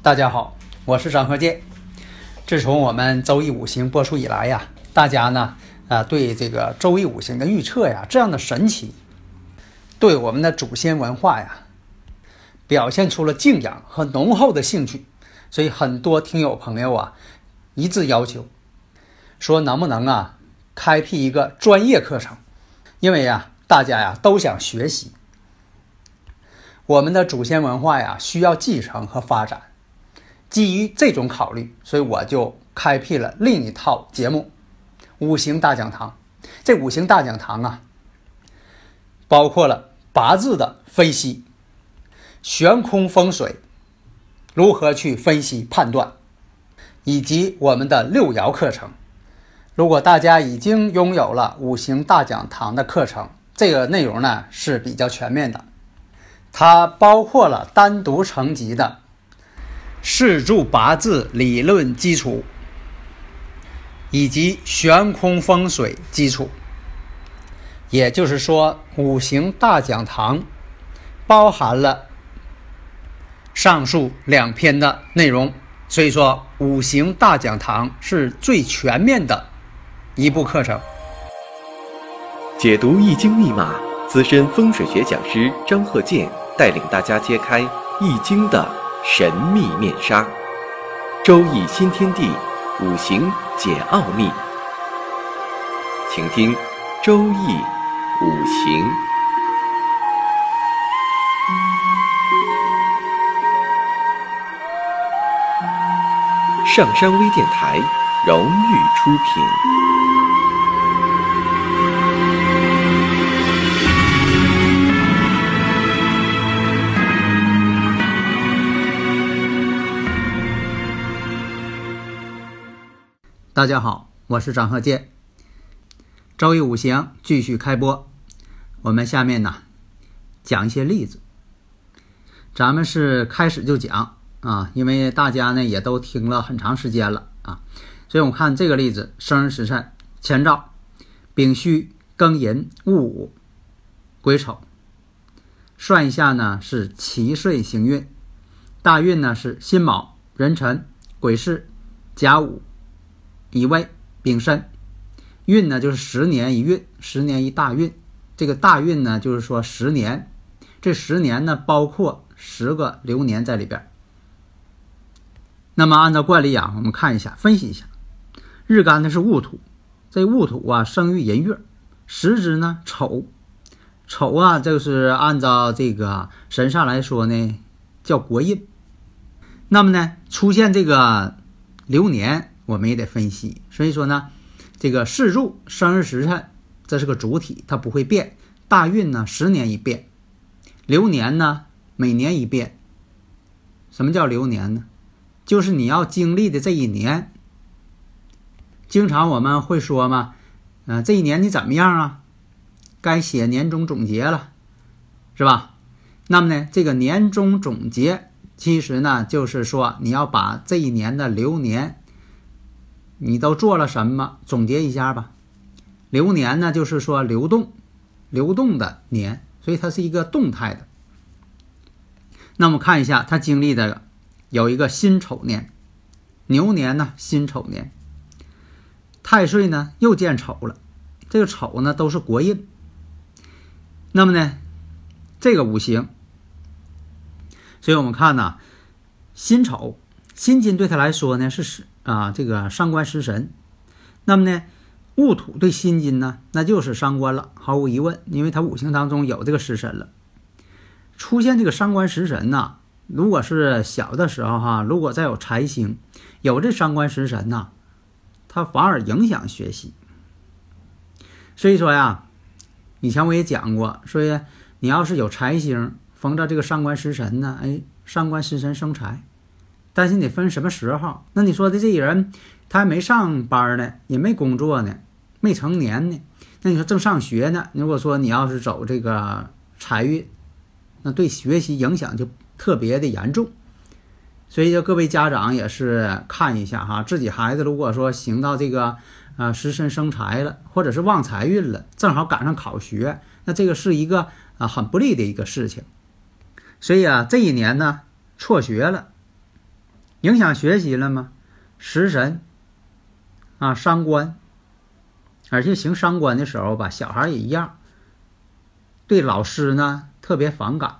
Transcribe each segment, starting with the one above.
大家好，我是张鹤剑。自从我们周易五行播出以来呀，大家呢对这个周易五行的预测呀这样的神奇，对我们的祖先文化呀表现出了敬仰和浓厚的兴趣，所以很多听友朋友啊一致要求说能不能开辟一个专业课程，因为大家都想学习我们的祖先文化呀，需要继承和发展。基于这种考虑，所以我就开辟了另一套节目五行大讲堂。这五行大讲堂包括了八字的分析、悬空风水如何去分析判断，以及我们的六爻课程。如果大家已经拥有了五行大讲堂的课程，这个内容呢是比较全面的，它包括了单独层级的四柱八字理论基础，以及悬空风水基础。也就是说，五行大讲堂包含了上述两篇的内容，所以说五行大讲堂是最全面的一部课程。 解读易经密码，资深风水学讲师张鹤剑带领大家揭开易经的神秘面纱，周易新天地，五行解奥秘。请听周易五行。上山微电台荣誉出品。 大家好，我是张鹤剑。周易五行继续开播，我们下面讲一些例子。咱们是开始就讲因为大家呢也都听了很长时间了所以我们看这个例子：生日时辰乾兆、丙戌、庚寅、戊午、癸丑。算一下呢是7岁行运，大运呢是辛卯、壬辰、癸巳、甲午、乙未、丙申。运呢就是10年一运，10年一大运。这个大运呢就是说10年，这10年呢包括10个流年在里边。那么按照惯例我们看一下，分析一下。日干呢是戊土，这戊土生于寅月，时支呢丑。丑这是按照这个神煞来说呢叫国印。那么呢出现这个流年我们也得分析，所以说呢这个四柱生日时辰这是个主体，它不会变。大运呢10年一变，流年呢每年一变。什么叫流年呢？就是你要经历的这一年。经常我们会说嘛，这一年你怎么样该写年终总结了，是吧？那么呢这个年终总结其实呢就是说你要把这一年的流年你都做了什么总结一下吧。流年呢就是说流动的年，所以它是一个动态的。那么看一下它经历的有一个辛丑年，牛年呢辛丑年，太岁呢又见丑了，这个丑呢都是国印。那么呢这个五行，所以我们看辛丑辛金对他来说呢是这个伤官食神。那么呢戊土对辛金呢那就是伤官了，毫无疑问，因为他五行当中有这个食神了。出现这个伤官食神如果是小的时候如果再有财星有这伤官食神它反而影响学习。所以说以前我也讲过，所以你要是有财星逢着这个伤官食神伤官食神生财，但是你得分什么时候。那你说的这人他还没上班呢，也没工作呢，没成年呢，那你说正上学呢，如果说你要是走这个财运，那对学习影响就特别的严重。所以各位家长也是看一下自己孩子如果说行到这个食神生财了，或者是旺财运了，正好赶上考学，那这个是一个很不利的一个事情。所以这一年呢辍学了， 影响学习了吗？食神啊，伤官，而且行伤官的时候吧，小孩也一样，对老师呢特别反感，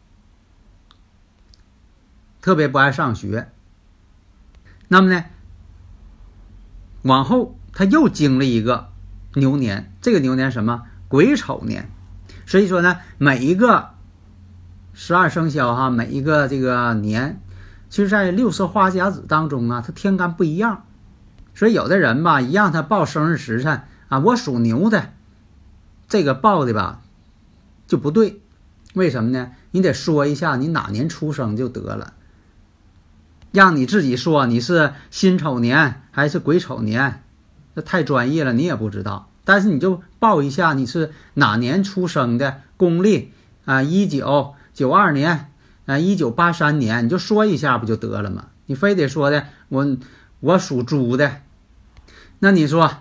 特别不爱上学。那么呢，往后他又经历一个牛年，这个牛年什么？癸丑年。所以说呢，每一个12生肖哈，每一个这个年，其实在六色花甲子当中啊，它天干不一样。所以有的人吧，一让他报生日时辰啊，我属牛的，这个报的吧就不对。为什么呢？你得说一下你哪年出生就得了。让你自己说你是辛丑年还是癸丑年，这太专业了，你也不知道。但是你就报一下你是哪年出生的，公历啊1992年啊1983年，你就说一下不就得了吗？你非得说的我属猪的，那你说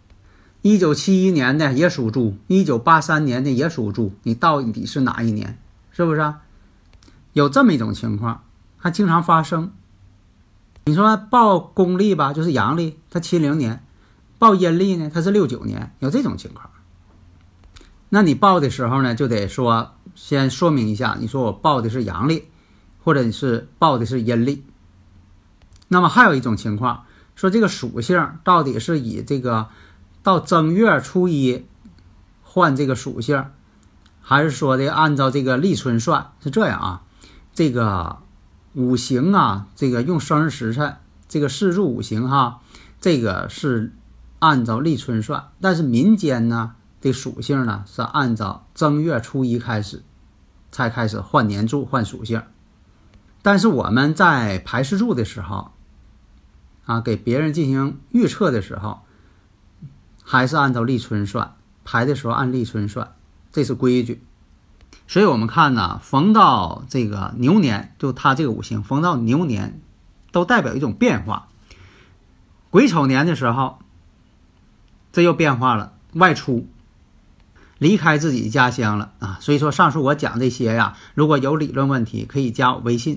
1971年的也属猪，1983年的也属猪，你到底是哪一年？是不是啊？有这么一种情况还经常发生。你说报公历吧，就是阳历，它70年；报阴历呢，它是69年，有这种情况。那你报的时候呢，就得说先说明一下，你说我报的是阳历，或者你是报的是阴历。那么还有一种情况，说这个属性到底是以这个到正月初一换这个属性，还是说的按照这个立春算？是这样啊，这个五行啊，这个用生日时辰，这个四柱五行哈，这个是按照立春算，但是民间呢，这属性呢是按照正月初一开始才开始换年柱换属性。但是我们在排四柱的时候啊，给别人进行预测的时候，还是按照立春算，排的时候按立春算，这是规矩。所以我们看呢，逢到这个牛年，就它这个五行逢到牛年都代表一种变化。癸丑年的时候，这又变化了，外出离开自己家乡了啊。所以说上述我讲这些呀，如果有理论问题可以加我微信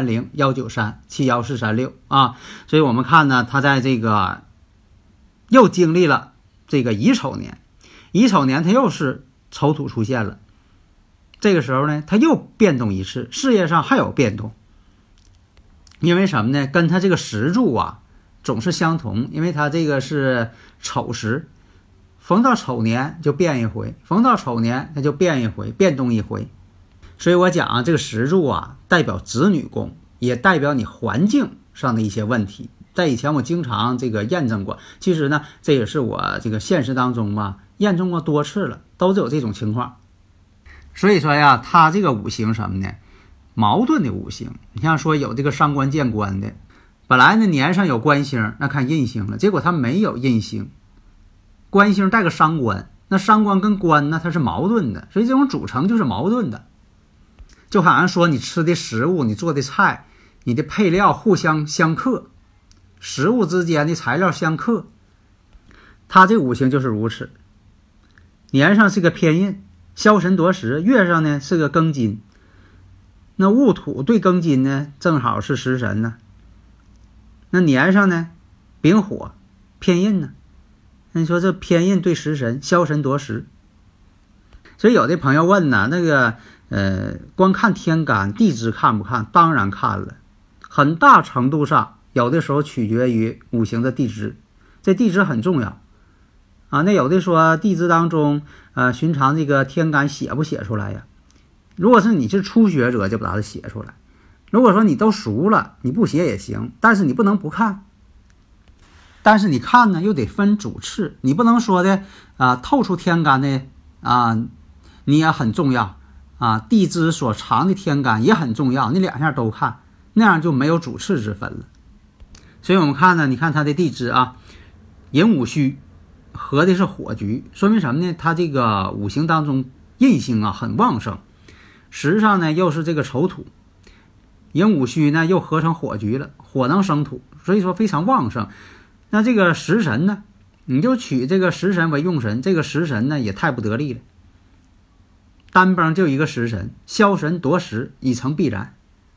130-193-71436啊。所以我们看呢，他在这个又经历了这个乙丑年，乙丑年他又是丑土出现了，这个时候呢他又变动一次，事业上还有变动。因为什么呢？跟他这个时柱啊总是相同，因为他这个是丑时，逢到丑年就变一回，逢到丑年他就变一回，变动一回。所以我讲啊，这个时柱啊代表子女宫，也代表你环境上的一些问题。在以前我经常这个验证过，其实呢这也是我这个现实当中吧验证过多次了，都是有这种情况。所以说呀，他这个五行什么呢？矛盾的五行。你像说有这个伤官见官的，本来呢年上有官星，那看印星了，结果他没有印星，官星带个伤官，那伤官跟官呢它是矛盾的，所以这种组成就是矛盾的。就好像说你吃的食物，你做的菜，你的配料互相相克，食物之间的材料相克，它这五行就是如此。年上是个偏印，枭神夺食，月上呢是个庚金，那戊土对庚金呢正好是食神呢，那年上呢丙火偏印呢，那你说这偏印对食神，枭神夺食。所以有的朋友问呢，那个光看天干地支看不看？当然看了，很大程度上有的时候取决于五行的地支，这地支很重要啊。那有的说地支当中寻常这个天干写不写出来呀？如果是你是初学者，就把它写出来。如果说你都熟了，你不写也行，但是你不能不看。但是你看呢，又得分主次，你不能说的透出天干的你也很重要地支所藏的天干也很重要，你两下都看，那样就没有主次之分了。所以我们看呢，你看它的地支寅午戌合的是火局，说明什么呢？它这个五行当中印星很旺盛，实际上呢又是这个丑土，寅午戌呢又合成火局了，火能生土，所以说非常旺盛。那这个食神呢，你就取这个食神为用神，这个食神呢也太不得力了，单崩就一个食神，枭神夺食已成必然。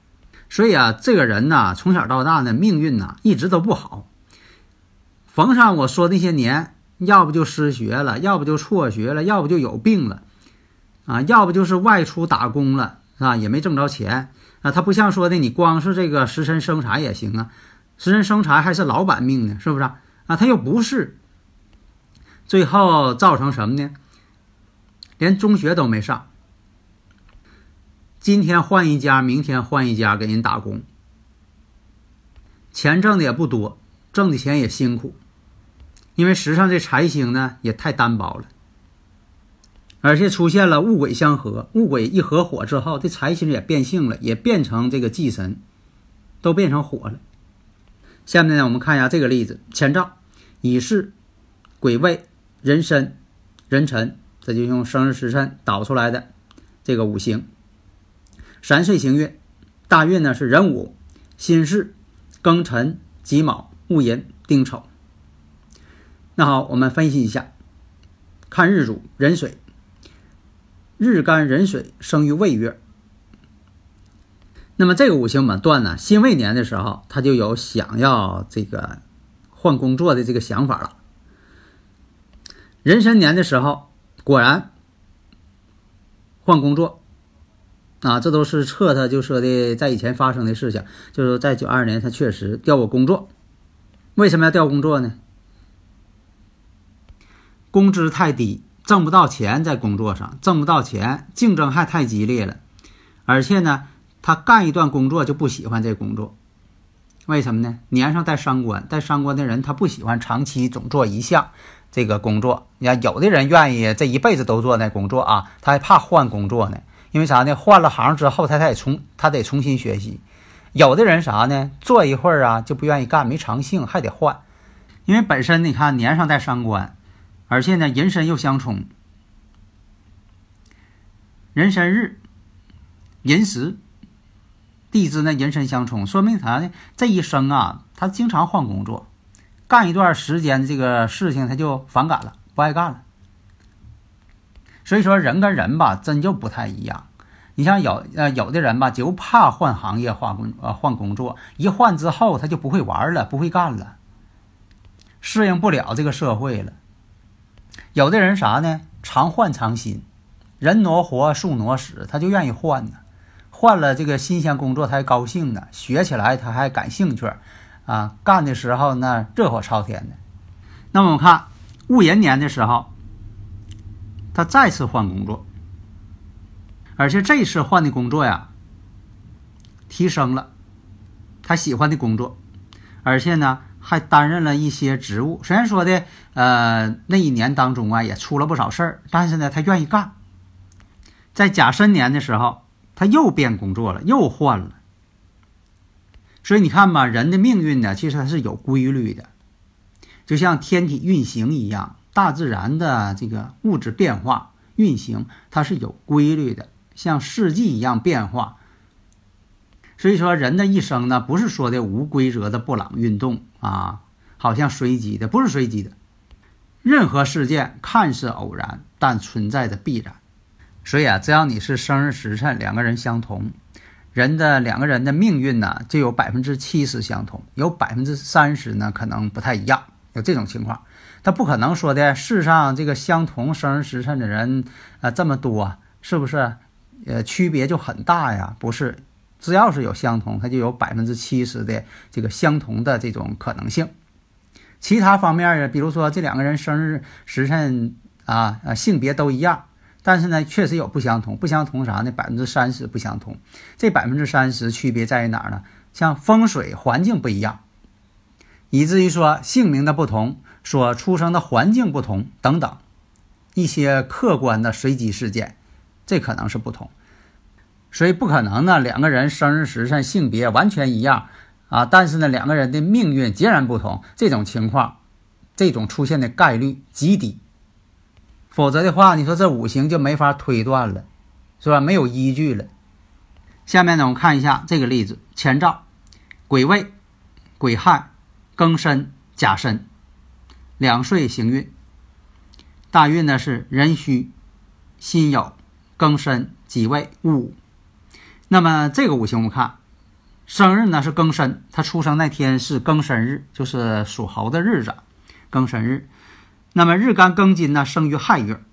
所以啊，这个人呢，从小到大呢，命运呢一直都不好。逢上我说那些年，要不就失学了，要不就辍学了，要不就有病了，啊，要不就是外出打工了，啊，也没挣着钱啊。他不像说的，你光是这个食神生财也行啊，食神生财还是老板命呢，是不是啊？他又不是，最后造成什么呢？连中学都没上，今天换一家，明天换一家给人打工，钱挣的也不多，挣的钱也辛苦，因为时上这财星呢也太单薄了，而且出现了戊癸相合，戊癸一合火之后，这财星也变性了，也变成这个忌神，都变成火了。下面呢，我们看一下这个例子：乾兆、乙巳、癸未、壬申、壬辰，这就用生日时辰导出来的这个五行。3岁行运，大运呢是壬午、辛巳、庚辰、己卯、戊寅、丁丑。那好，我们分析一下，看日主壬水，日干壬水生于未月。那么这个五行本段呢，辛未年的时候，他就有想要这个换工作的这个想法了。壬申年的时候，果然换工作啊，这都是测他就说的在以前发生的事情，就是在92年他确实调过工作。为什么要调工作呢？工资太低，挣不到钱，在工作上挣不到钱，竞争还太激烈了，而且呢他干一段工作就不喜欢这工作。为什么呢？年上带伤官，带伤官的人他不喜欢长期总做一项这个工作。你看有的人愿意这一辈子都做那工作啊，他还怕换工作呢。因为啥呢？换了行之后他得重新学习。有的人啥呢？做一会儿啊就不愿意干，没长性，还得换。因为本身你看年上带伤官，而且呢寅申又相冲，壬申日寅时地支呢寅申相冲，说明啥呢？这一生啊他经常换工作，干一段时间这个事情他就反感了，不爱干了。所以说人跟人吧真就不太一样。你像有的人吧就怕换行业换工作，一换之后他就不会玩了，不会干了，适应不了这个社会了。有的人啥呢？常换常新，人挪活树挪死，他就愿意换呢。换了这个新鲜工作他还高兴呢，学起来他还感兴趣啊，干的时候那热火朝天的。那么我们看戊寅年的时候，他再次换工作，而且这次换的工作呀提升了他喜欢的工作，而且呢还担任了一些职务。虽然说的那一年当中啊也出了不少事儿，但是呢他愿意干。在甲申年的时候他又变工作了，又换了。所以你看吧，人的命运呢其实它是有规律的，就像天体运行一样，大自然的这个物质变化运行它是有规律的，像四季一样变化。所以说人的一生呢不是说的无规则的布朗运动啊，好像随机的，不是随机的。任何事件看似偶然，但存在着必然。所以啊，只要你是生日时辰两个人相同，两个人的命运呢就有 70% 相同，有 30% 呢可能不太一样，有这种情况。他不可能说的世上这个相同生日时辰的人这么多，是不是区别就很大呀？不是，只要是有相同，它就有 70% 的这个相同的这种可能性。其他方面比如说这两个人生日时辰性别都一样，但是呢确实有不相同。不相同啥呢？ 30% 不相同。这 30% 区别在于哪儿呢？像风水环境不一样，以至于说姓名的不同，所出生的环境不同等等一些客观的随机事件，这可能是不同。所以不可能呢两个人生日时辰性别完全一样但是呢两个人的命运截然不同，这种情况这种出现的概率极低。否则的话你说这五行就没法推断了，是吧？没有依据了。下面呢我们看一下这个例子：乾兆、癸未、癸亥、庚申、甲申，2岁行运。大运呢是壬戌、辛酉、庚申、己未、戊午。那么这个五行我们看生日呢是庚申，他出生那天是庚申日，就是属猴的日子，庚申日。那么日干庚金呢生于亥月，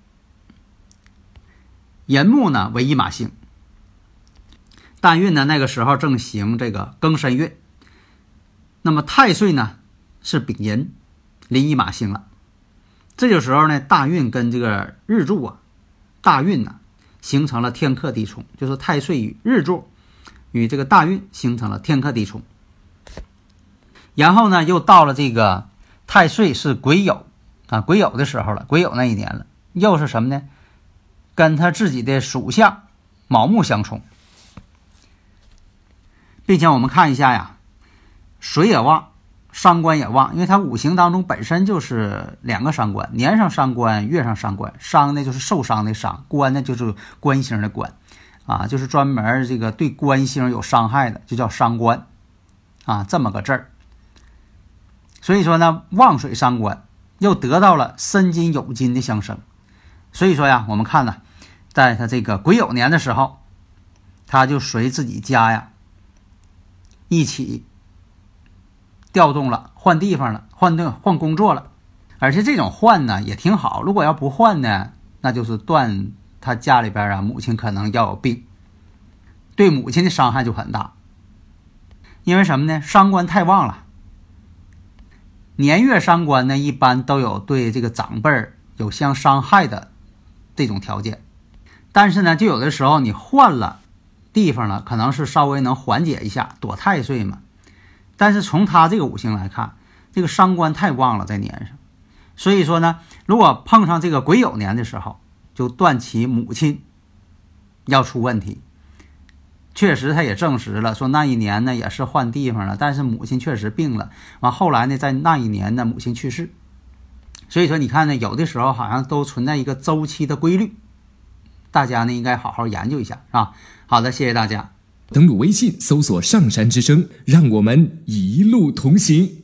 寅木呢为驿马星，旦运呢那个时候正行这个庚申月。那么太岁呢是丙寅，临驿马星了。这个时候呢，大运跟这个日柱啊，大运呢形成了天克地冲，就是太岁与日柱与这个大运形成了天克地冲。然后呢，又到了这个太岁是癸酉啊，癸酉的时候了，癸酉那一年了，又是什么呢？跟他自己的属相卯木相冲，并且我们看一下呀，水也旺，伤官也旺，因为它五行当中本身就是两个伤官，年上伤官，月上伤官。伤呢就是受伤的伤，官呢就是官星的官啊，就是专门这个对官星有伤害的，就叫伤官啊，这么个字儿。所以说呢，旺水伤官又得到了申金酉金的相生。所以说呀，我们看呢，在他这个癸酉年的时候，他就随自己家呀一起调动了，换地方了，换工作了。而且这种换呢也挺好，如果要不换呢，那就是断他家里边啊母亲可能要有病，对母亲的伤害就很大。因为什么呢？伤官太旺了，年月伤官呢一般都有对这个长辈有相伤害的这种条件。但是呢，就有的时候你换了地方了，可能是稍微能缓解一下，躲太岁嘛。但是从他这个五行来看，这个伤官太旺了在年上，所以说呢，如果碰上这个癸酉年的时候，就断其母亲要出问题。确实他也证实了，说那一年呢也是换地方了，但是母亲确实病了，完后来呢在那一年呢母亲去世。所以说你看呢，有的时候好像都存在一个周期的规律，大家呢应该好好研究一下啊。好的，谢谢大家。 登录微信搜索上山之声，让我们一路同行。